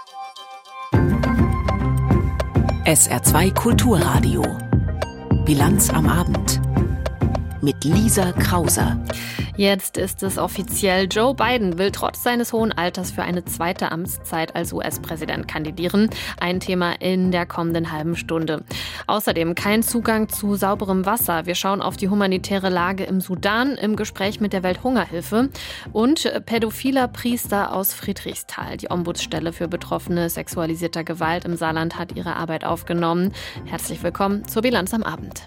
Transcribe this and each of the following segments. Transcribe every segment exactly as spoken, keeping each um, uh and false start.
S R zwei Kulturradio. Bilanz am Abend. Mit Lisa Krauser. Jetzt ist es offiziell. Joe Biden will trotz seines hohen Alters für eine zweite Amtszeit als U S-Präsident kandidieren. Ein Thema in der kommenden halben Stunde. Außerdem kein Zugang zu sauberem Wasser. Wir schauen auf die humanitäre Lage im Sudan im Gespräch mit der Welthungerhilfe. Und pädophiler Priester aus Friedrichsthal. Die Ombudsstelle für Betroffene sexualisierter Gewalt im Saarland hat ihre Arbeit aufgenommen. Herzlich willkommen zur Bilanz am Abend.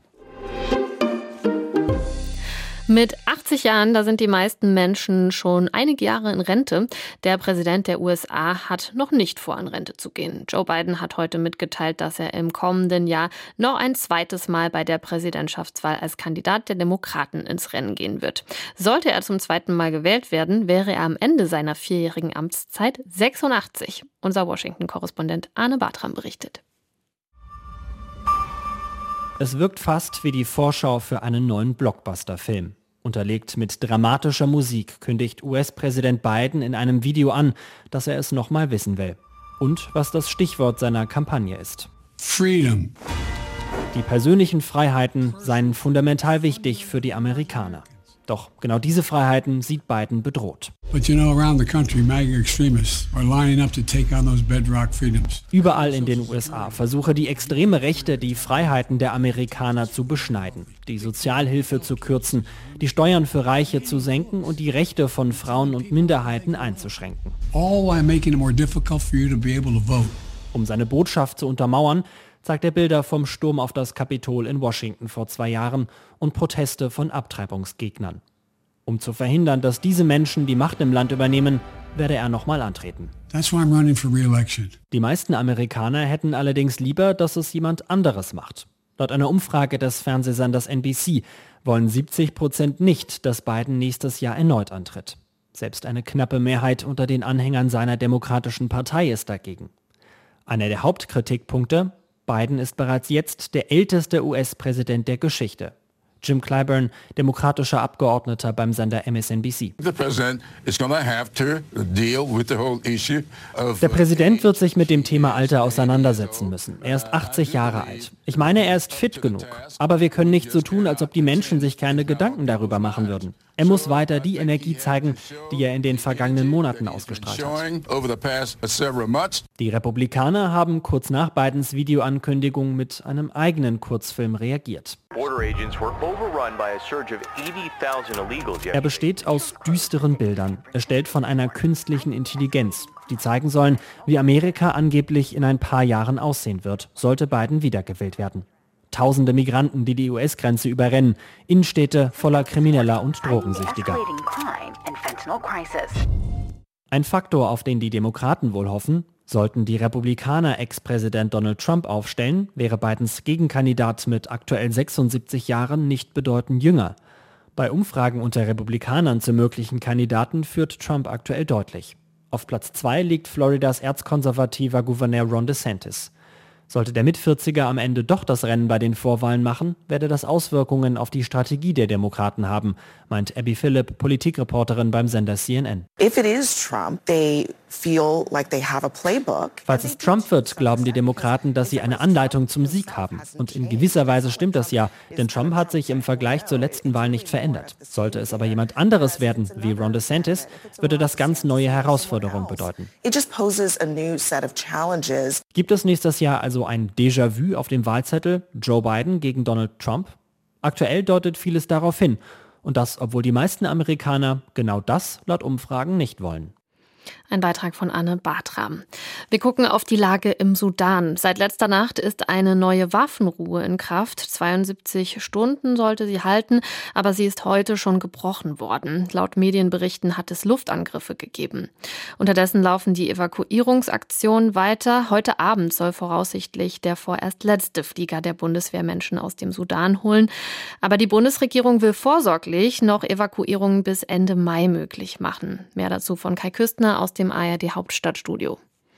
Mit achtzig Jahren, da sind die meisten Menschen schon einige Jahre in Rente. Der Präsident der U S A hat noch nicht vor, in Rente zu gehen. Joe Biden hat heute mitgeteilt, dass er im kommenden Jahr noch ein zweites Mal bei der Präsidentschaftswahl als Kandidat der Demokraten ins Rennen gehen wird. Sollte er zum zweiten Mal gewählt werden, wäre er am Ende seiner vierjährigen Amtszeit sechsundachtzig. Unser Washington-Korrespondent Arne Bartram berichtet. Es wirkt fast wie die Vorschau für einen neuen Blockbuster-Film. Unterlegt mit dramatischer Musik kündigt U S-Präsident Biden in einem Video an, dass er es nochmal wissen will. Und was das Stichwort seiner Kampagne ist. Freedom. Die persönlichen Freiheiten seien fundamental wichtig für die Amerikaner. Doch genau diese Freiheiten sieht Biden bedroht. But you know, around the country, MAGA extremists are lining up to take on those bedrock freedoms. Überall in den U S A versuche die extreme Rechte, die Freiheiten der Amerikaner zu beschneiden, die Sozialhilfe zu kürzen, die Steuern für Reiche zu senken und die Rechte von Frauen und Minderheiten einzuschränken. All while making it more difficult for you to be able to vote. Um seine Botschaft zu untermauern, zeigt er Bilder vom Sturm auf das Kapitol in Washington vor zwei Jahren und Proteste von Abtreibungsgegnern. Um zu verhindern, dass diese Menschen die Macht im Land übernehmen, werde er nochmal antreten. That's why I'm running for re-election. Die meisten Amerikaner hätten allerdings lieber, dass es jemand anderes macht. Laut einer Umfrage des Fernsehsenders N B C wollen siebzig Prozent nicht, dass Biden nächstes Jahr erneut antritt. Selbst eine knappe Mehrheit unter den Anhängern seiner Demokratischen Partei ist dagegen. Einer der Hauptkritikpunkte: Biden ist bereits jetzt der älteste U S-Präsident der Geschichte. Jim Clyburn, demokratischer Abgeordneter beim Sender M S N B C. Der Präsident wird sich mit dem Thema Alter auseinandersetzen müssen. Er ist achtzig Jahre alt. Ich meine, er ist fit genug. Aber wir können nicht so tun, als ob die Menschen sich keine Gedanken darüber machen würden. Er muss weiter die Energie zeigen, die er in den vergangenen Monaten ausgestrahlt hat. Die Republikaner haben kurz nach Bidens Videoankündigung mit einem eigenen Kurzfilm reagiert. Er besteht aus düsteren Bildern, erstellt von einer künstlichen Intelligenz, die zeigen sollen, wie Amerika angeblich in ein paar Jahren aussehen wird, sollte Biden wiedergewählt werden. Tausende Migranten, die die U S-Grenze überrennen, Innenstädte voller Krimineller und Drogensüchtiger. Ein Faktor, auf den die Demokraten wohl hoffen: Sollten die Republikaner Ex-Präsident Donald Trump aufstellen, wäre Bidens Gegenkandidat mit aktuell sechsundsiebzig Jahren nicht bedeutend jünger. Bei Umfragen unter Republikanern zu möglichen Kandidaten führt Trump aktuell deutlich. Auf Platz zwei liegt Floridas erzkonservativer Gouverneur Ron DeSantis. Sollte der Mitvierziger am Ende doch das Rennen bei den Vorwahlen machen, werde das Auswirkungen auf die Strategie der Demokraten haben, meint Abby Phillip, Politikreporterin beim Sender C N N. If it is Trump, they feel like they have a playbook. Falls es Trump wird, glauben die Demokraten, dass sie eine Anleitung zum Sieg haben. Und in gewisser Weise stimmt das ja, denn Trump hat sich im Vergleich zur letzten Wahl nicht verändert. Sollte es aber jemand anderes werden, wie Ron DeSantis, würde das ganz neue Herausforderungen bedeuten. It just poses a new set of challenges. Gibt es nächstes Jahr also ein Déjà-vu auf dem Wahlzettel: Joe Biden gegen Donald Trump? Aktuell deutet vieles darauf hin. Und das, obwohl die meisten Amerikaner genau das laut Umfragen nicht wollen. Ein Beitrag von Anne Bartram. Wir gucken auf die Lage im Sudan. Seit letzter Nacht ist eine neue Waffenruhe in Kraft. zweiundsiebzig Stunden sollte sie halten, aber sie ist heute schon gebrochen worden. Laut Medienberichten hat es Luftangriffe gegeben. Unterdessen laufen die Evakuierungsaktionen weiter. Heute Abend soll voraussichtlich der vorerst letzte Flieger der Bundeswehr Menschen aus dem Sudan holen. Aber die Bundesregierung will vorsorglich noch Evakuierungen bis Ende Mai möglich machen. Mehr dazu von Kai Küstner aus dem A R D Hauptstadtstudio.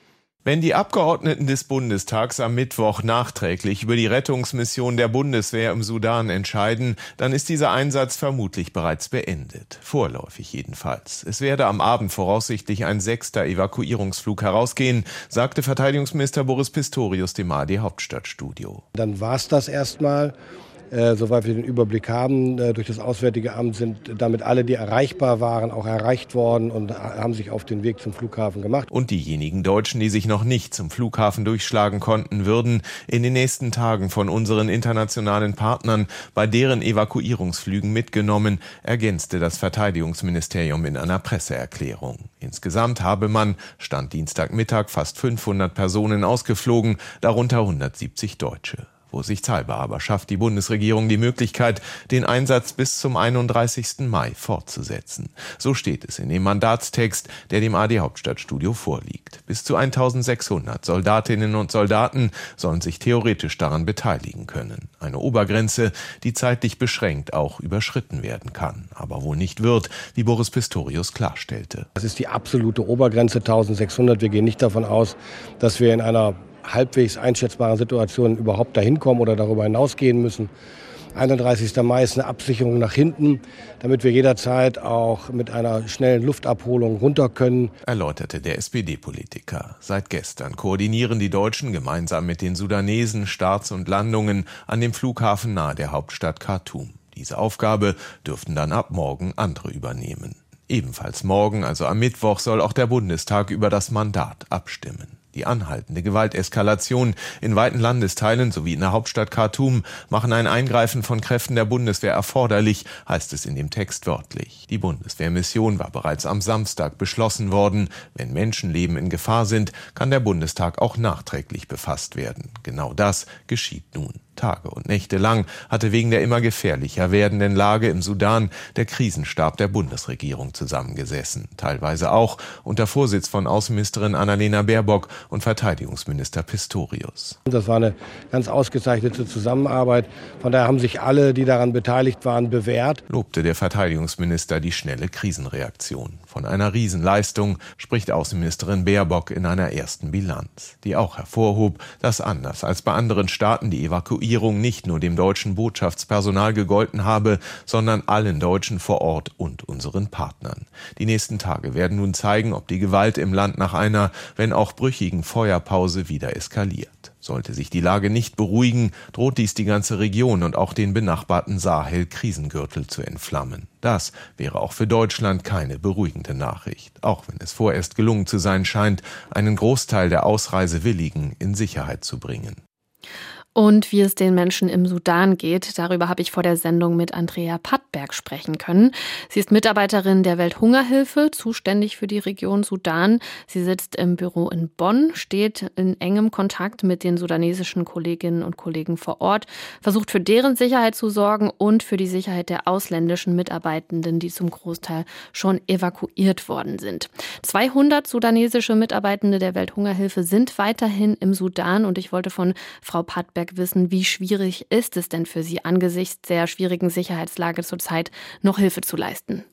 Wenn die Abgeordneten des Bundestags am Mittwoch nachträglich über die Rettungsmission der Bundeswehr im Sudan entscheiden, dann ist dieser Einsatz vermutlich bereits beendet. Vorläufig jedenfalls. Es werde am Abend voraussichtlich ein sechster Evakuierungsflug herausgehen, sagte Verteidigungsminister Boris Pistorius dem A R D-Hauptstadtstudio. Dann war es das erstmal. Äh, soweit wir den Überblick haben, äh, durch das Auswärtige Amt sind damit alle, die erreichbar waren, auch erreicht worden und haben sich auf den Weg zum Flughafen gemacht. Und diejenigen Deutschen, die sich noch nicht zum Flughafen durchschlagen konnten, würden in den nächsten Tagen von unseren internationalen Partnern bei deren Evakuierungsflügen mitgenommen, ergänzte das Verteidigungsministerium in einer Presseerklärung. Insgesamt habe man, Stand Dienstagmittag, fast fünfhundert Personen ausgeflogen, darunter hundertsiebzig Deutsche. Vorsichtshalber aber schafft die Bundesregierung die Möglichkeit, den Einsatz bis zum einunddreißigsten Mai fortzusetzen. So steht es in dem Mandatstext, der dem A R D-Hauptstadtstudio vorliegt. Bis zu eintausendsechshundert Soldatinnen und Soldaten sollen sich theoretisch daran beteiligen können. Eine Obergrenze, die zeitlich beschränkt auch überschritten werden kann, aber wohl nicht wird, wie Boris Pistorius klarstellte. Das ist die absolute Obergrenze, eintausendsechshundert. Wir gehen nicht davon aus, dass wir in einer halbwegs einschätzbaren Situationen überhaupt dahin kommen oder darüber hinausgehen müssen. einunddreißigster Mai ist eine Absicherung nach hinten, damit wir jederzeit auch mit einer schnellen Luftabholung runter können, erläuterte der S P D-Politiker. Seit gestern koordinieren die Deutschen gemeinsam mit den Sudanesen Starts und Landungen an dem Flughafen nahe der Hauptstadt Khartoum. Diese Aufgabe dürften dann ab morgen andere übernehmen. Ebenfalls morgen, also am Mittwoch, soll auch der Bundestag über das Mandat abstimmen. Die anhaltende Gewalteskalation in weiten Landesteilen sowie in der Hauptstadt Khartoum machen ein Eingreifen von Kräften der Bundeswehr erforderlich, heißt es in dem Text wörtlich. Die Bundeswehrmission war bereits am Samstag beschlossen worden. Wenn Menschenleben in Gefahr sind, kann der Bundestag auch nachträglich befasst werden. Genau das geschieht nun. Tage und Nächte lang hatte wegen der immer gefährlicher werdenden Lage im Sudan der Krisenstab der Bundesregierung zusammengesessen. Teilweise auch unter Vorsitz von Außenministerin Annalena Baerbock und Verteidigungsminister Pistorius. Das war eine ganz ausgezeichnete Zusammenarbeit. Von daher haben sich alle, die daran beteiligt waren, bewährt, lobte der Verteidigungsminister die schnelle Krisenreaktion. Von einer Riesenleistung spricht Außenministerin Baerbock in einer ersten Bilanz, die auch hervorhob, dass anders als bei anderen Staaten die Evakuierung nicht nur dem deutschen Botschaftspersonal gegolten habe, sondern allen Deutschen vor Ort und unseren Partnern. Die nächsten Tage werden nun zeigen, ob die Gewalt im Land nach einer, wenn auch brüchigen Feuerpause wieder eskaliert. Sollte sich die Lage nicht beruhigen, droht dies die ganze Region und auch den benachbarten Sahel-Krisengürtel zu entflammen. Das wäre auch für Deutschland keine beruhigende Nachricht, auch wenn es vorerst gelungen zu sein scheint, einen Großteil der Ausreisewilligen in Sicherheit zu bringen. Und wie es den Menschen im Sudan geht, darüber habe ich vor der Sendung mit Andrea Pattberg sprechen können. Sie ist Mitarbeiterin der Welthungerhilfe, zuständig für die Region Sudan. Sie sitzt im Büro in Bonn, steht in engem Kontakt mit den sudanesischen Kolleginnen und Kollegen vor Ort, versucht für deren Sicherheit zu sorgen und für die Sicherheit der ausländischen Mitarbeitenden, die zum Großteil schon evakuiert worden sind. zweihundert sudanesische Mitarbeitende der Welthungerhilfe sind weiterhin im Sudan und ich wollte von Frau Pattberg wissen, wie schwierig ist es denn für Sie angesichts der schwierigen Sicherheitslage zurzeit noch Hilfe zu leisten?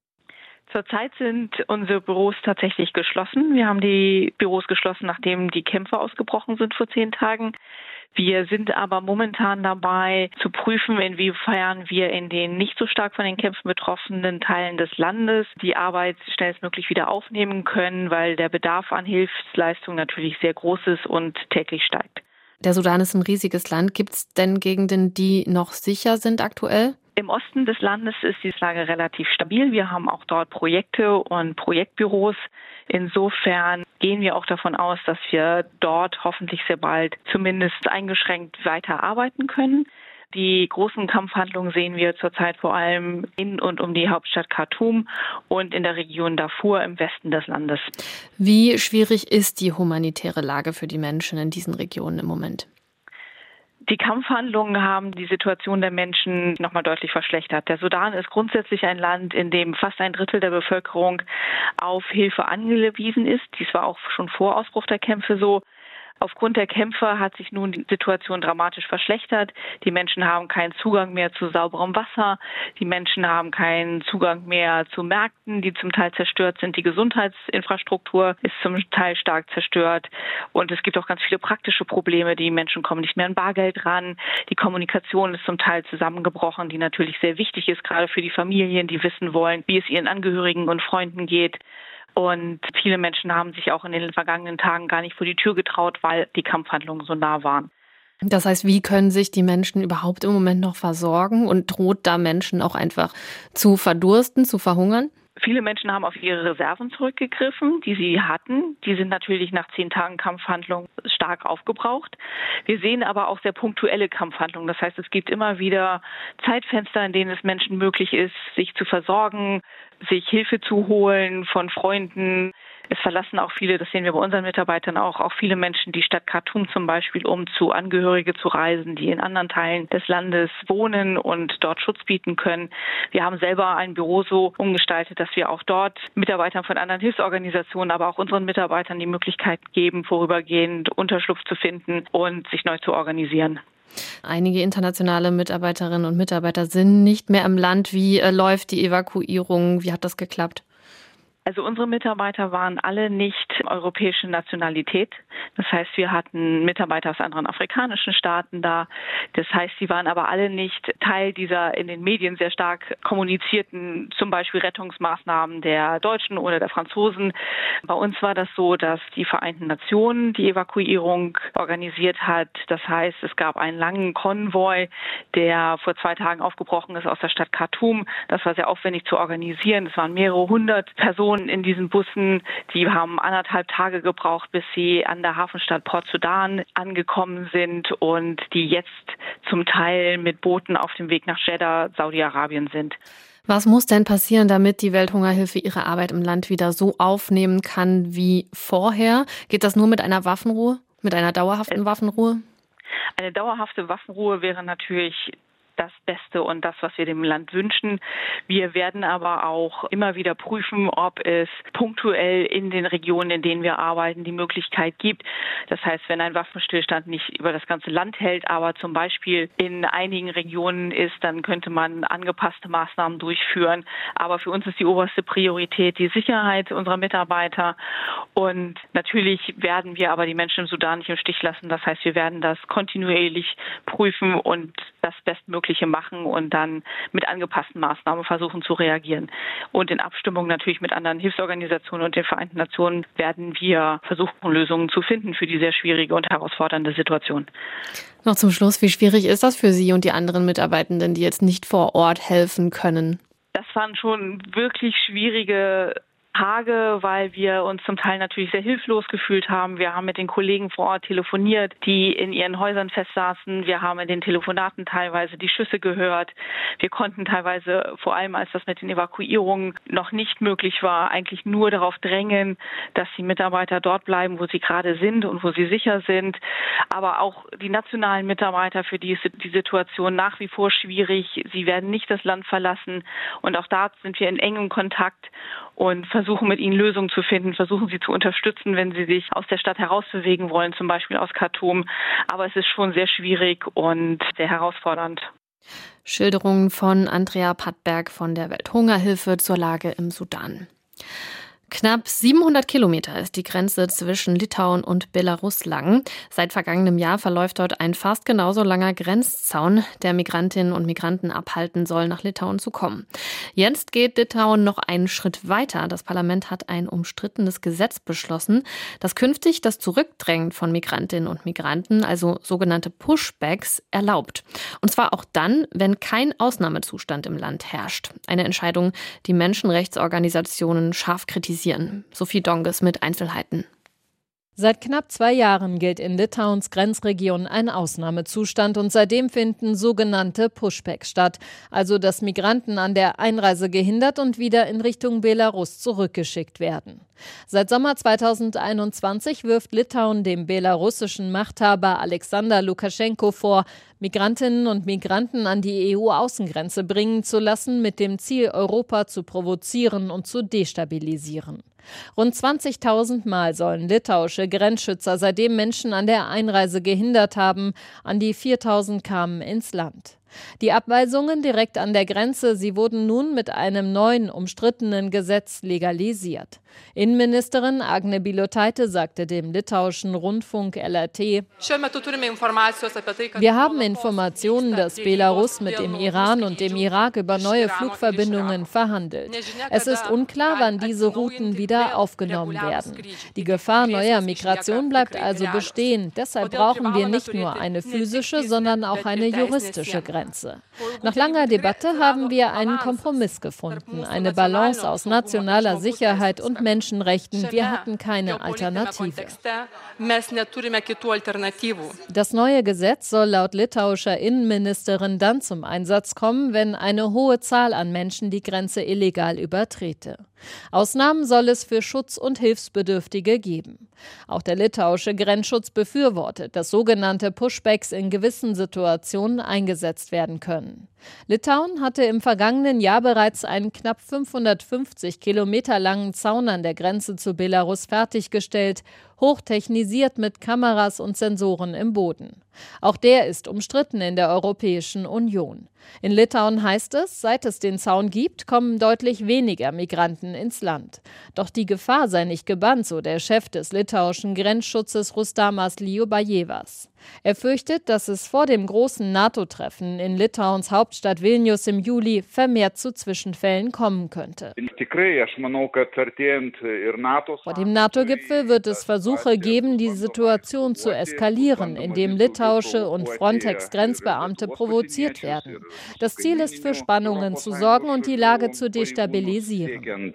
Zurzeit sind unsere Büros tatsächlich geschlossen. Wir haben die Büros geschlossen, nachdem die Kämpfe ausgebrochen sind vor zehn Tagen. Wir sind aber momentan dabei zu prüfen, inwiefern wir in den nicht so stark von den Kämpfen betroffenen Teilen des Landes die Arbeit schnellstmöglich wieder aufnehmen können, weil der Bedarf an Hilfsleistungen natürlich sehr groß ist und täglich steigt. Der Sudan ist ein riesiges Land. Gibt es denn Gegenden, die noch sicher sind aktuell? Im Osten des Landes ist die Lage relativ stabil. Wir haben auch dort Projekte und Projektbüros. Insofern gehen wir auch davon aus, dass wir dort hoffentlich sehr bald zumindest eingeschränkt weiter arbeiten können. Die großen Kampfhandlungen sehen wir zurzeit vor allem in und um die Hauptstadt Khartoum und in der Region Darfur im Westen des Landes. Wie schwierig ist die humanitäre Lage für die Menschen in diesen Regionen im Moment? Die Kampfhandlungen haben die Situation der Menschen nochmal deutlich verschlechtert. Der Sudan ist grundsätzlich ein Land, in dem fast ein Drittel der Bevölkerung auf Hilfe angewiesen ist. Dies war auch schon vor Ausbruch der Kämpfe so. Aufgrund der Kämpfe hat sich nun die Situation dramatisch verschlechtert. Die Menschen haben keinen Zugang mehr zu sauberem Wasser. Die Menschen haben keinen Zugang mehr zu Märkten, die zum Teil zerstört sind. Die Gesundheitsinfrastruktur ist zum Teil stark zerstört. Und es gibt auch ganz viele praktische Probleme. Die Menschen kommen nicht mehr an Bargeld ran. Die Kommunikation ist zum Teil zusammengebrochen, die natürlich sehr wichtig ist, gerade für die Familien, die wissen wollen, wie es ihren Angehörigen und Freunden geht. Und viele Menschen haben sich auch in den vergangenen Tagen gar nicht vor die Tür getraut, weil die Kampfhandlungen so nah waren. Das heißt, wie können sich die Menschen überhaupt im Moment noch versorgen und droht da Menschen auch einfach zu verdursten, zu verhungern? Viele Menschen haben auf ihre Reserven zurückgegriffen, die sie hatten. Die sind natürlich nach zehn Tagen Kampfhandlung stark aufgebraucht. Wir sehen aber auch sehr punktuelle Kampfhandlungen. Das heißt, es gibt immer wieder Zeitfenster, in denen es Menschen möglich ist, sich zu versorgen, sich Hilfe zu holen von Freunden. Es verlassen auch viele, das sehen wir bei unseren Mitarbeitern auch, auch viele Menschen die Stadt Khartoum zum Beispiel, um zu Angehörige zu reisen, die in anderen Teilen des Landes wohnen und dort Schutz bieten können. Wir haben selber ein Büro so umgestaltet, dass wir auch dort Mitarbeitern von anderen Hilfsorganisationen, aber auch unseren Mitarbeitern die Möglichkeit geben, vorübergehend Unterschlupf zu finden und sich neu zu organisieren. Einige internationale Mitarbeiterinnen und Mitarbeiter sind nicht mehr im Land. Wie äh, läuft die Evakuierung? Wie hat das geklappt? Also unsere Mitarbeiter waren alle nicht europäische Nationalität. Das heißt, wir hatten Mitarbeiter aus anderen afrikanischen Staaten da. Das heißt, sie waren aber alle nicht Teil dieser in den Medien sehr stark kommunizierten, zum Beispiel Rettungsmaßnahmen der Deutschen oder der Franzosen. Bei uns war das so, dass die Vereinten Nationen die Evakuierung organisiert hat. Das heißt, es gab einen langen Konvoi, der vor zwei Tagen aufgebrochen ist aus der Stadt Khartoum. Das war sehr aufwendig zu organisieren. Es waren mehrere hundert Personen in diesen Bussen. Die haben anderthalb Tage gebraucht, bis sie an der Hafenstadt Port Sudan angekommen sind und die jetzt zum Teil mit Booten auf dem Weg nach Jeddah, Saudi-Arabien sind. Was muss denn passieren, damit die Welthungerhilfe ihre Arbeit im Land wieder so aufnehmen kann wie vorher? Geht das nur mit einer Waffenruhe, mit einer dauerhaften Waffenruhe? Eine dauerhafte Waffenruhe wäre natürlich das Beste und das, was wir dem Land wünschen. Wir werden aber auch immer wieder prüfen, ob es punktuell in den Regionen, in denen wir arbeiten, die Möglichkeit gibt. Das heißt, wenn ein Waffenstillstand nicht über das ganze Land hält, aber zum Beispiel in einigen Regionen ist, dann könnte man angepasste Maßnahmen durchführen. Aber für uns ist die oberste Priorität die Sicherheit unserer Mitarbeiter. Und natürlich werden wir aber die Menschen im Sudan nicht im Stich lassen. Das heißt, wir werden das kontinuierlich prüfen und das Bestmögliche machen und dann mit angepassten Maßnahmen versuchen zu reagieren. Und in Abstimmung natürlich mit anderen Hilfsorganisationen und den Vereinten Nationen werden wir versuchen, Lösungen zu finden für die sehr schwierige und herausfordernde Situation. Noch zum Schluss, wie schwierig ist das für Sie und die anderen Mitarbeitenden, die jetzt nicht vor Ort helfen können? Das waren schon wirklich schwierige Tage, weil wir uns zum Teil natürlich sehr hilflos gefühlt haben. Wir haben mit den Kollegen vor Ort telefoniert, die in ihren Häusern festsaßen. Wir haben in den Telefonaten teilweise die Schüsse gehört. Wir konnten teilweise, vor allem als das mit den Evakuierungen noch nicht möglich war, eigentlich nur darauf drängen, dass die Mitarbeiter dort bleiben, wo sie gerade sind und wo sie sicher sind. Aber auch die nationalen Mitarbeiter, für die ist die Situation nach wie vor schwierig. Sie werden nicht das Land verlassen. Und auch da sind wir in engem Kontakt und versuchen mit ihnen Lösungen zu finden, versuchen sie zu unterstützen, wenn sie sich aus der Stadt herausbewegen wollen, zum Beispiel aus Khartoum. Aber es ist schon sehr schwierig und sehr herausfordernd. Schilderungen von Andrea Pattberg von der Welthungerhilfe zur Lage im Sudan. Knapp siebenhundert Kilometer ist die Grenze zwischen Litauen und Belarus lang. Seit vergangenem Jahr verläuft dort ein fast genauso langer Grenzzaun, der Migrantinnen und Migranten abhalten soll, nach Litauen zu kommen. Jetzt geht Litauen noch einen Schritt weiter. Das Parlament hat ein umstrittenes Gesetz beschlossen, das künftig das Zurückdrängen von Migrantinnen und Migranten, also sogenannte Pushbacks, erlaubt. Und zwar auch dann, wenn kein Ausnahmezustand im Land herrscht. Eine Entscheidung, die Menschenrechtsorganisationen scharf kritisieren. Sophie Donges mit Einzelheiten. Seit knapp zwei Jahren gilt in Litauens Grenzregion ein Ausnahmezustand und seitdem finden sogenannte Pushbacks statt, also dass Migranten an der Einreise gehindert und wieder in Richtung Belarus zurückgeschickt werden. Seit Sommer zweitausendeinundzwanzig wirft Litauen dem belarussischen Machthaber Alexander Lukaschenko vor, Migrantinnen und Migranten an die E U-Außengrenze bringen zu lassen, mit dem Ziel, Europa zu provozieren und zu destabilisieren. Rund zwanzigtausend Mal sollen litauische Grenzschützer seitdem Menschen an der Einreise gehindert haben. An die viertausend kamen ins Land. Die Abweisungen direkt an der Grenze, sie wurden nun mit einem neuen, umstrittenen Gesetz legalisiert. Innenministerin Agne Bilotaite sagte dem litauischen Rundfunk L R T: Wir haben Informationen, dass Belarus mit dem Iran und dem Irak über neue Flugverbindungen verhandelt. Es ist unklar, wann diese Routen wieder aufgenommen werden. Die Gefahr neuer Migration bleibt also bestehen. Deshalb brauchen wir nicht nur eine physische, sondern auch eine juristische Grenze. Nach langer Debatte haben wir einen Kompromiss gefunden, eine Balance aus nationaler Sicherheit und Menschenrechten. Wir hatten keine Alternative. Das neue Gesetz soll laut litauischer Innenministerin dann zum Einsatz kommen, wenn eine hohe Zahl an Menschen die Grenze illegal übertrete. Ausnahmen soll es für Schutz- und Hilfsbedürftige geben. Auch der litauische Grenzschutz befürwortet, dass sogenannte Pushbacks in gewissen Situationen eingesetzt werden können. Litauen hatte im vergangenen Jahr bereits einen knapp fünfhundertfünfzig Kilometer langen Zaun an der Grenze zu Belarus fertiggestellt, hochtechnisiert mit Kameras und Sensoren im Boden. Auch der ist umstritten in der Europäischen Union. In Litauen heißt es, seit es den Zaun gibt, kommen deutlich weniger Migranten ins Land. Doch die Gefahr sei nicht gebannt, so der Chef des litauischen Grenzschutzes Rustamas Liubajevas. Er fürchtet, dass es vor dem großen NATO-Treffen in Litauens Hauptstadt Vilnius im Juli vermehrt zu Zwischenfällen kommen könnte. Vor dem NATO-Gipfel wird es Versuche geben, die Situation zu eskalieren, indem litauische und Frontex-Grenzbeamte provoziert werden. Das Ziel ist, für Spannungen zu sorgen und die Lage zu destabilisieren.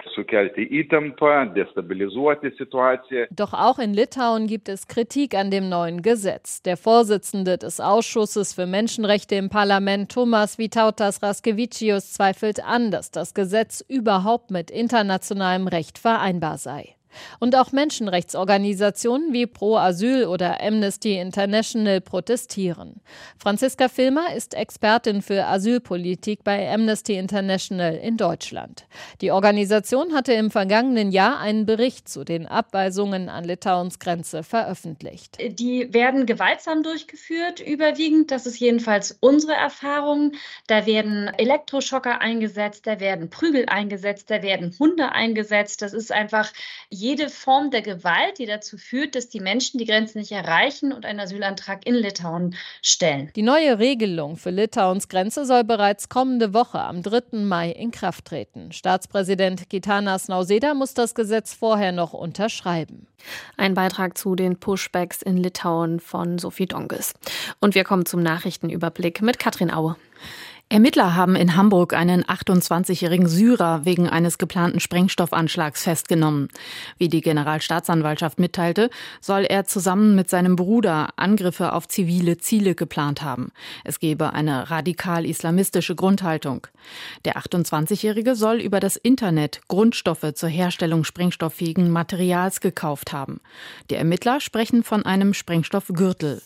Doch auch in Litauen gibt es Kritik an dem neuen Gesetz. Der Vorsitzende des Ausschusses für Menschenrechte im Parlament, Tomas Vytautas Raskevičius, zweifelt an, dass das Gesetz überhaupt mit internationalem Recht vereinbar sei. Und auch Menschenrechtsorganisationen wie Pro Asyl oder Amnesty International protestieren. Franziska Filmer ist Expertin für Asylpolitik bei Amnesty International in Deutschland. Die Organisation hatte im vergangenen Jahr einen Bericht zu den Abweisungen an Litauens Grenze veröffentlicht. Die werden gewaltsam durchgeführt, überwiegend. Das ist jedenfalls unsere Erfahrung. Da werden Elektroschocker eingesetzt, da werden Prügel eingesetzt, da werden Hunde eingesetzt. Das ist einfach jede Form der Gewalt, die dazu führt, dass die Menschen die Grenze nicht erreichen und einen Asylantrag in Litauen stellen. Die neue Regelung für Litauens Grenze soll bereits kommende Woche am dritten Mai in Kraft treten. Staatspräsident Gitanas Nausėda muss das Gesetz vorher noch unterschreiben. Ein Beitrag zu den Pushbacks in Litauen von Sophie Donges. Und wir kommen zum Nachrichtenüberblick mit Katrin Aue. Ermittler haben in Hamburg einen achtundzwanzigjährigen Syrer wegen eines geplanten Sprengstoffanschlags festgenommen. Wie die Generalstaatsanwaltschaft mitteilte, soll er zusammen mit seinem Bruder Angriffe auf zivile Ziele geplant haben. Es gebe eine radikal-islamistische Grundhaltung. Der achtundzwanzigjährige soll über das Internet Grundstoffe zur Herstellung sprengstofffähigen Materials gekauft haben. Die Ermittler sprechen von einem Sprengstoffgürtel.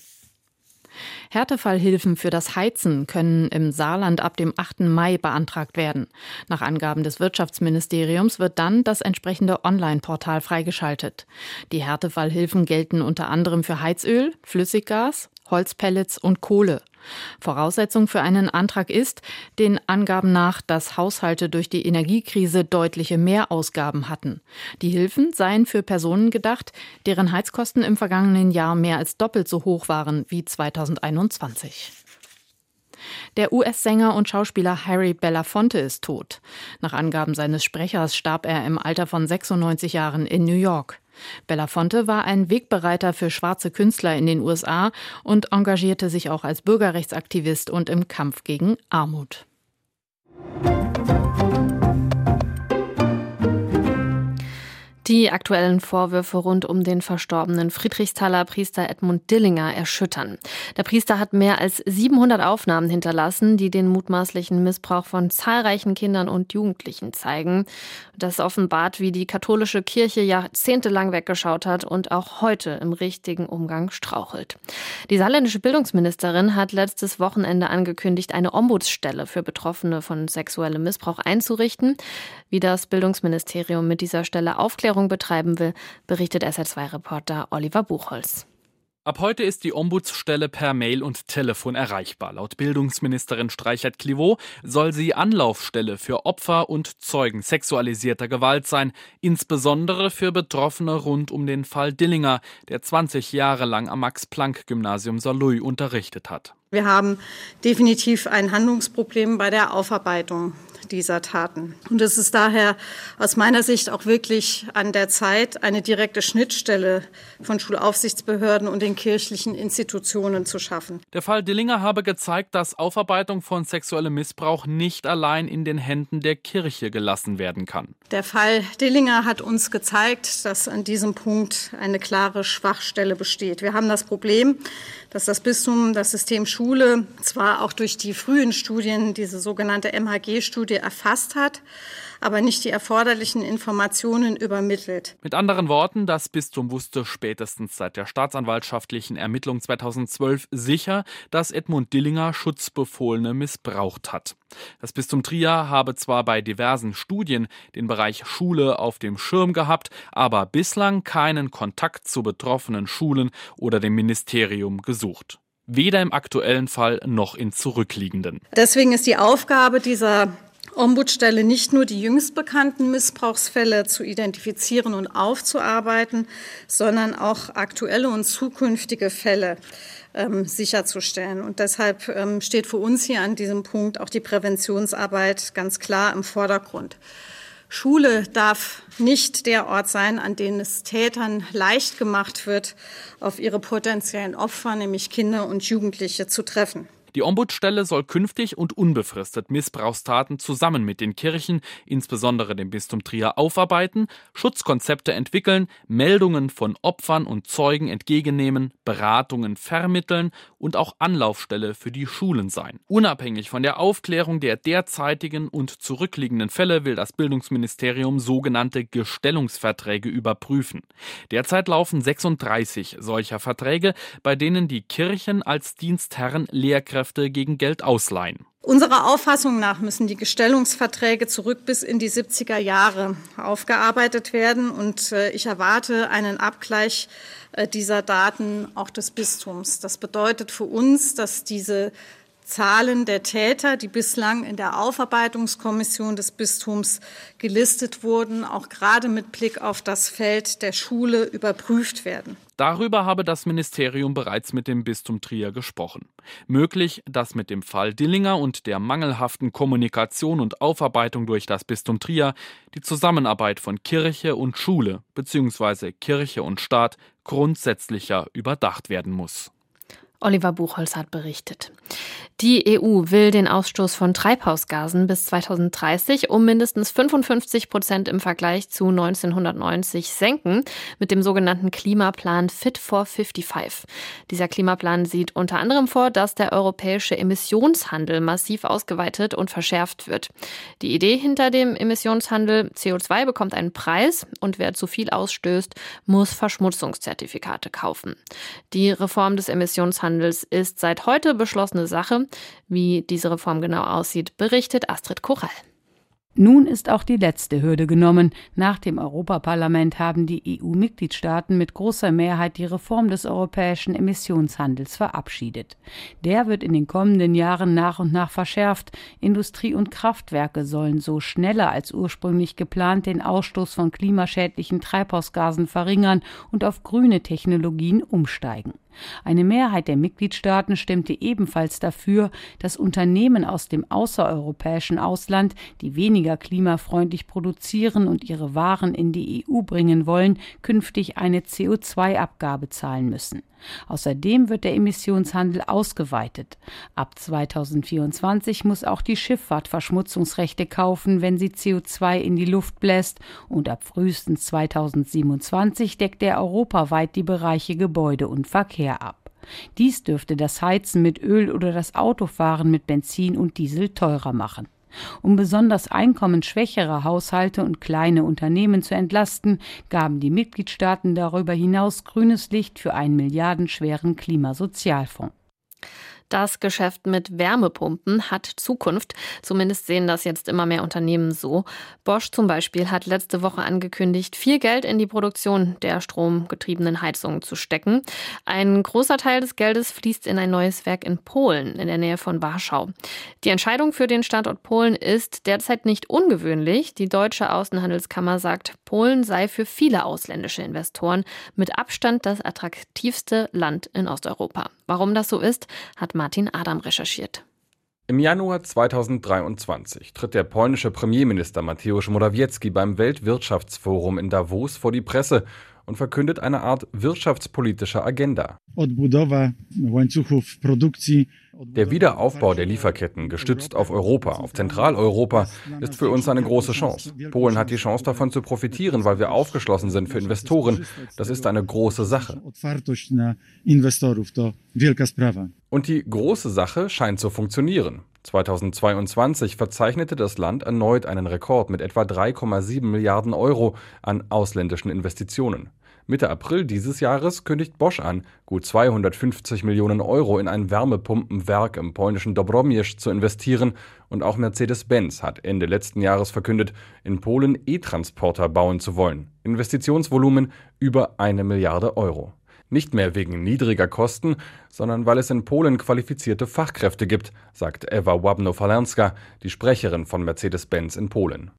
Härtefallhilfen für das Heizen können im Saarland ab dem achten Mai beantragt werden. Nach Angaben des Wirtschaftsministeriums wird dann das entsprechende Online-Portal freigeschaltet. Die Härtefallhilfen gelten unter anderem für Heizöl, Flüssiggas, Holzpellets und Kohle. Voraussetzung für einen Antrag ist, den Angaben nach, dass Haushalte durch die Energiekrise deutliche Mehrausgaben hatten. Die Hilfen seien für Personen gedacht, deren Heizkosten im vergangenen Jahr mehr als doppelt so hoch waren wie zweitausendeinundzwanzig. Der U S-Sänger und Schauspieler Harry Belafonte ist tot. Nach Angaben seines Sprechers starb er im Alter von sechsundneunzig Jahren in New York. Belafonte war ein Wegbereiter für schwarze Künstler in den U S A und engagierte sich auch als Bürgerrechtsaktivist und im Kampf gegen Armut. Die aktuellen Vorwürfe rund um den verstorbenen Friedrichsthaler Priester Edmund Dillinger erschüttern. Der Priester hat mehr als siebenhundert Aufnahmen hinterlassen, die den mutmaßlichen Missbrauch von zahlreichen Kindern und Jugendlichen zeigen. Das offenbart, wie die katholische Kirche jahrzehntelang weggeschaut hat und auch heute im richtigen Umgang strauchelt. Die saarländische Bildungsministerin hat letztes Wochenende angekündigt, eine Ombudsstelle für Betroffene von sexuellem Missbrauch einzurichten. Wie das Bildungsministerium mit dieser Stelle Aufklärung Aufklärung betreiben will, berichtet S R zwei Reporter Oliver Buchholz. Ab heute ist die Ombudsstelle per Mail und Telefon erreichbar. Laut Bildungsministerin Streichert-Clivaux soll sie Anlaufstelle für Opfer und Zeugen sexualisierter Gewalt sein, insbesondere für Betroffene rund um den Fall Dillinger, der zwanzig Jahre lang am Max-Planck-Gymnasium Saarlouis unterrichtet hat. Wir haben definitiv ein Handlungsproblem bei der Aufarbeitung dieser Taten. Und es ist daher aus meiner Sicht auch wirklich an der Zeit, eine direkte Schnittstelle von Schulaufsichtsbehörden und den kirchlichen Institutionen zu schaffen. Der Fall Dillinger habe gezeigt, dass Aufarbeitung von sexuellem Missbrauch nicht allein in den Händen der Kirche gelassen werden kann. Der Fall Dillinger hat uns gezeigt, dass an diesem Punkt eine klare Schwachstelle besteht. Wir haben das Problem, dass das Bistum das System Schule zwar auch durch die frühen Studien, diese sogenannte M H G-Studie, erfasst hat, aber nicht die erforderlichen Informationen übermittelt. Mit anderen Worten, das Bistum wusste spätestens seit der staatsanwaltschaftlichen Ermittlung zweitausendzwölf sicher, dass Edmund Dillinger Schutzbefohlene missbraucht hat. Das Bistum Trier habe zwar bei diversen Studien den Bereich Schule auf dem Schirm gehabt, aber bislang keinen Kontakt zu betroffenen Schulen oder dem Ministerium gesucht. Weder im aktuellen Fall noch in zurückliegenden. Deswegen ist die Aufgabe dieser Ombudsstelle nicht nur die jüngst bekannten Missbrauchsfälle zu identifizieren und aufzuarbeiten, sondern auch aktuelle und zukünftige Fälle ähm, sicherzustellen. Und deshalb ähm, steht für uns hier an diesem Punkt auch die Präventionsarbeit ganz klar im Vordergrund. Schule darf nicht der Ort sein, an dem es Tätern leicht gemacht wird, auf ihre potenziellen Opfer, nämlich Kinder und Jugendliche, zu treffen. Die Ombudsstelle soll künftig und unbefristet Missbrauchstaten zusammen mit den Kirchen, insbesondere dem Bistum Trier, aufarbeiten, Schutzkonzepte entwickeln, Meldungen von Opfern und Zeugen entgegennehmen, Beratungen vermitteln und auch Anlaufstelle für die Schulen sein. Unabhängig von der Aufklärung der derzeitigen und zurückliegenden Fälle will das Bildungsministerium sogenannte Gestellungsverträge überprüfen. Derzeit laufen sechsunddreißig solcher Verträge, bei denen die Kirchen als Dienstherren Lehrkräfte gegen Geld ausleihen. Unserer Auffassung nach müssen die Gestellungsverträge zurück bis in die siebziger Jahre aufgearbeitet werden. Und ich erwarte einen Abgleich dieser Daten auch des Bistums. Das bedeutet für uns, dass diese Zahlen der Täter, die bislang in der Aufarbeitungskommission des Bistums gelistet wurden, auch gerade mit Blick auf das Feld der Schule überprüft werden. Darüber habe das Ministerium bereits mit dem Bistum Trier gesprochen. Möglich, dass mit dem Fall Dillinger und der mangelhaften Kommunikation und Aufarbeitung durch das Bistum Trier die Zusammenarbeit von Kirche und Schule bzw. Kirche und Staat grundsätzlicher überdacht werden muss. Oliver Buchholz hat berichtet. Die E U will den Ausstoß von Treibhausgasen bis zweitausenddreißig um mindestens fünfundfünfzig Prozent im Vergleich zu neunzehnhundertneunzig senken, mit dem sogenannten Klimaplan Fit for fünfundfünfzig. Dieser Klimaplan sieht unter anderem vor, dass der europäische Emissionshandel massiv ausgeweitet und verschärft wird. Die Idee hinter dem Emissionshandel: C O zwei bekommt einen Preis und wer zu viel ausstößt, muss Verschmutzungszertifikate kaufen. Die Reform des Emissionshandels ist seit heute beschlossene Sache. Wie diese Reform genau aussieht, berichtet Astrid Korall. Nun ist auch die letzte Hürde genommen. Nach dem Europaparlament haben die E U-Mitgliedstaaten mit großer Mehrheit die Reform des europäischen Emissionshandels verabschiedet. Der wird in den kommenden Jahren nach und nach verschärft. Industrie und Kraftwerke sollen so schneller als ursprünglich geplant den Ausstoß von klimaschädlichen Treibhausgasen verringern und auf grüne Technologien umsteigen. Eine Mehrheit der Mitgliedstaaten stimmte ebenfalls dafür, dass Unternehmen aus dem außereuropäischen Ausland, die weniger klimafreundlich produzieren und ihre Waren in die E U bringen wollen, künftig eine C O zwei Abgabe zahlen müssen. Außerdem wird der Emissionshandel ausgeweitet. Ab zweitausendvierundzwanzig muss auch die Schifffahrt Verschmutzungsrechte kaufen, wenn sie C O zwei in die Luft bläst, und ab frühestens zweitausendsiebenundzwanzig deckt er europaweit die Bereiche Gebäude und Verkehr ab. Dies dürfte das Heizen mit Öl oder das Autofahren mit Benzin und Diesel teurer machen. Um besonders einkommensschwächere Haushalte und kleine Unternehmen zu entlasten, gaben die Mitgliedstaaten darüber hinaus grünes Licht für einen milliardenschweren Klimasozialfonds. Das Geschäft mit Wärmepumpen hat Zukunft. Zumindest sehen das jetzt immer mehr Unternehmen so. Bosch zum Beispiel hat letzte Woche angekündigt, viel Geld in die Produktion der stromgetriebenen Heizungen zu stecken. Ein großer Teil des Geldes fließt in ein neues Werk in Polen, in der Nähe von Warschau. Die Entscheidung für den Standort Polen ist derzeit nicht ungewöhnlich. Die deutsche Außenhandelskammer sagt, Polen sei für viele ausländische Investoren mit Abstand das attraktivste Land in Osteuropa. Warum das so ist, hat Martin Adam recherchiert. Im Januar zweitausenddreiundzwanzig tritt der polnische Premierminister Mateusz Morawiecki beim Weltwirtschaftsforum in Davos vor die Presse und verkündet eine Art wirtschaftspolitische Agenda. Der Wiederaufbau der Lieferketten, gestützt auf Europa, auf Zentraleuropa, ist für uns eine große Chance. Polen hat die Chance, davon zu profitieren, weil wir aufgeschlossen sind für Investoren. Das ist eine große Sache. Und die große Sache scheint zu funktionieren. zweitausendzweiundzwanzig verzeichnete das Land erneut einen Rekord mit etwa drei Komma sieben Milliarden Euro an ausländischen Investitionen. Mitte April dieses Jahres kündigt Bosch an, gut zweihundertfünfzig Millionen Euro in ein Wärmepumpenwerk im polnischen Dobromierz zu investieren, und auch Mercedes-Benz hat Ende letzten Jahres verkündet, in Polen E-Transporter bauen zu wollen. Investitionsvolumen über eine Milliarde Euro. Nicht mehr wegen niedriger Kosten, sondern weil es in Polen qualifizierte Fachkräfte gibt, sagt Ewa Łabno-Falerska, die Sprecherin von Mercedes-Benz in Polen.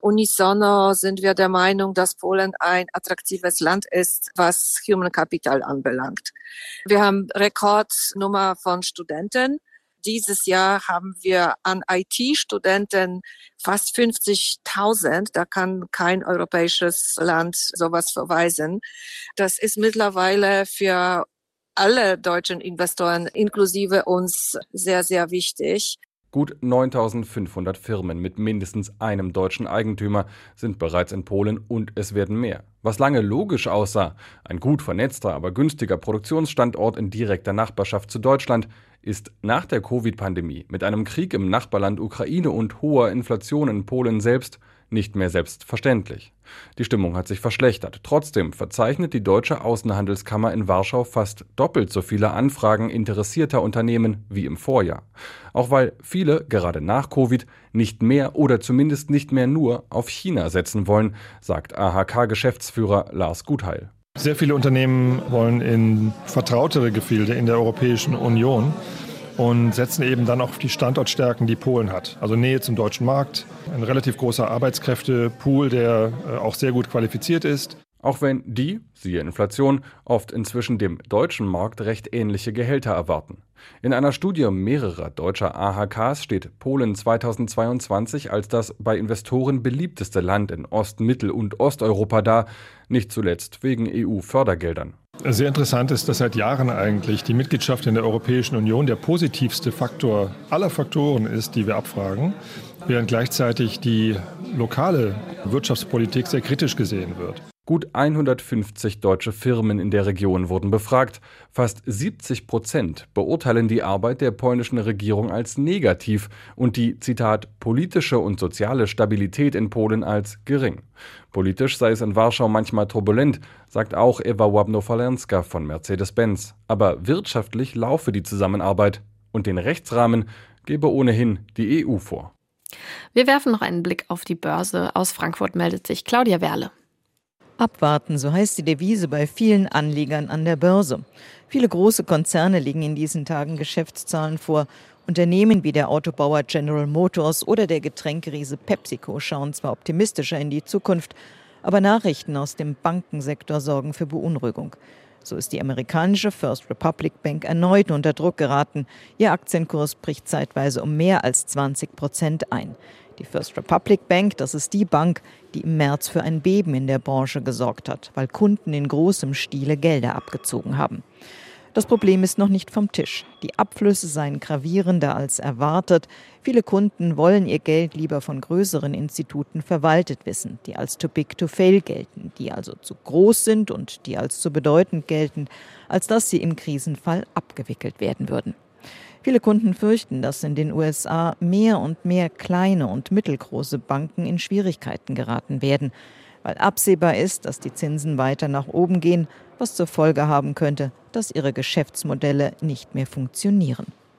Unisono sind wir der Meinung, dass Polen ein attraktives Land ist, was Human Capital anbelangt. Wir haben Rekordnummer von Studenten. Dieses Jahr haben wir an I T-Studenten fast fünfzigtausend. Da kann kein europäisches Land sowas verweisen. Das ist mittlerweile für alle deutschen Investoren, inklusive uns, sehr, sehr wichtig. Gut neuntausendfünfhundert Firmen mit mindestens einem deutschen Eigentümer sind bereits in Polen, und es werden mehr. Was lange logisch aussah, ein gut vernetzter, aber günstiger Produktionsstandort in direkter Nachbarschaft zu Deutschland, ist nach der Covid-Pandemie mit einem Krieg im Nachbarland Ukraine und hoher Inflation in Polen selbst nicht mehr selbstverständlich. Die Stimmung hat sich verschlechtert. Trotzdem verzeichnet die deutsche Außenhandelskammer in Warschau fast doppelt so viele Anfragen interessierter Unternehmen wie im Vorjahr. Auch weil viele, gerade nach Covid, nicht mehr oder zumindest nicht mehr nur auf China setzen wollen, sagt A H K-Geschäftsführer Lars Gutheil. Sehr viele Unternehmen wollen in vertrautere Gefilde in der Europäischen Union und setzen eben dann auch auf die Standortstärken, die Polen hat. Also Nähe zum deutschen Markt, ein relativ großer Arbeitskräftepool, der auch sehr gut qualifiziert ist. Auch wenn die, siehe Inflation, oft inzwischen dem deutschen Markt recht ähnliche Gehälter erwarten. In einer Studie mehrerer deutscher A H Ks steht Polen zweitausendzweiundzwanzig als das bei Investoren beliebteste Land in Ost-, Mittel- und Osteuropa da, nicht zuletzt wegen E U-Fördergeldern. Sehr interessant ist, dass seit Jahren eigentlich die Mitgliedschaft in der Europäischen Union der positivste Faktor aller Faktoren ist, die wir abfragen, während gleichzeitig die lokale Wirtschaftspolitik sehr kritisch gesehen wird. Gut hundertfünfzig deutsche Firmen in der Region wurden befragt. Fast siebzig Prozent beurteilen die Arbeit der polnischen Regierung als negativ und die, Zitat, politische und soziale Stabilität in Polen als gering. Politisch sei es in Warschau manchmal turbulent, sagt auch Ewa Łabno-Falerska von Mercedes-Benz. Aber wirtschaftlich laufe die Zusammenarbeit und den Rechtsrahmen gebe ohnehin die E U vor. Wir werfen noch einen Blick auf die Börse. Aus Frankfurt meldet sich Claudia Werle. Abwarten, so heißt die Devise bei vielen Anlegern an der Börse. Viele große Konzerne legen in diesen Tagen Geschäftszahlen vor. Unternehmen wie der Autobauer General Motors oder der Getränkeriese PepsiCo schauen zwar optimistischer in die Zukunft, aber Nachrichten aus dem Bankensektor sorgen für Beunruhigung. So ist die amerikanische First Republic Bank erneut unter Druck geraten. Ihr Aktienkurs bricht zeitweise um mehr als zwanzig Prozent ein. Die First Republic Bank, das ist die Bank, die im März für ein Beben in der Branche gesorgt hat, weil Kunden in großem Stile Gelder abgezogen haben. Das Problem ist noch nicht vom Tisch. Die Abflüsse seien gravierender als erwartet. Viele Kunden wollen ihr Geld lieber von größeren Instituten verwaltet wissen, die als too big to fail gelten, die also zu groß sind und die als zu bedeutend gelten, als dass sie im Krisenfall abgewickelt werden würden. Viele Kunden fürchten, dass in den U S A mehr und mehr kleine und mittelgroße Banken in Schwierigkeiten geraten werden, weil absehbar ist, dass die Zinsen weiter nach oben gehen, was zur Folge haben könnte, dass ihre Geschäftsmodelle nicht mehr funktionieren.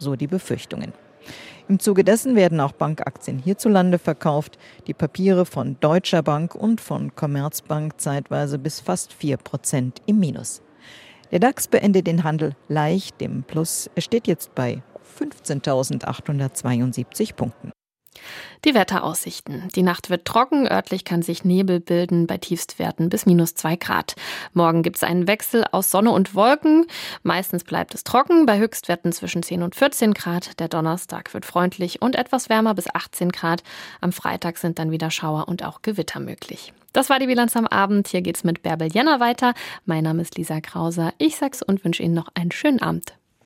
so die Befürchtungen. Im Zuge dessen werden auch Bankaktien hierzulande verkauft, die Papiere von Deutscher Bank und von Commerzbank zeitweise bis fast vier Prozent im Minus. Der DAX beendet den Handel leicht im Plus. Er steht jetzt bei fünfzehntausendachthundertzweiundsiebzig Punkten. Die Wetteraussichten. Die Nacht wird trocken, örtlich kann sich Nebel bilden, bei Tiefstwerten bis minus zwei Grad. Morgen gibt es einen Wechsel aus Sonne und Wolken. Meistens bleibt es trocken, bei Höchstwerten zwischen zehn und vierzehn Grad. Der Donnerstag wird freundlich und etwas wärmer bis achtzehn Grad. Am Freitag sind dann wieder Schauer und auch Gewitter möglich. Das war die Bilanz am Abend. Hier geht's mit Bärbel Jenner weiter. Mein Name ist Lisa Krauser. Ich sag's und wünsche Ihnen noch einen schönen Abend.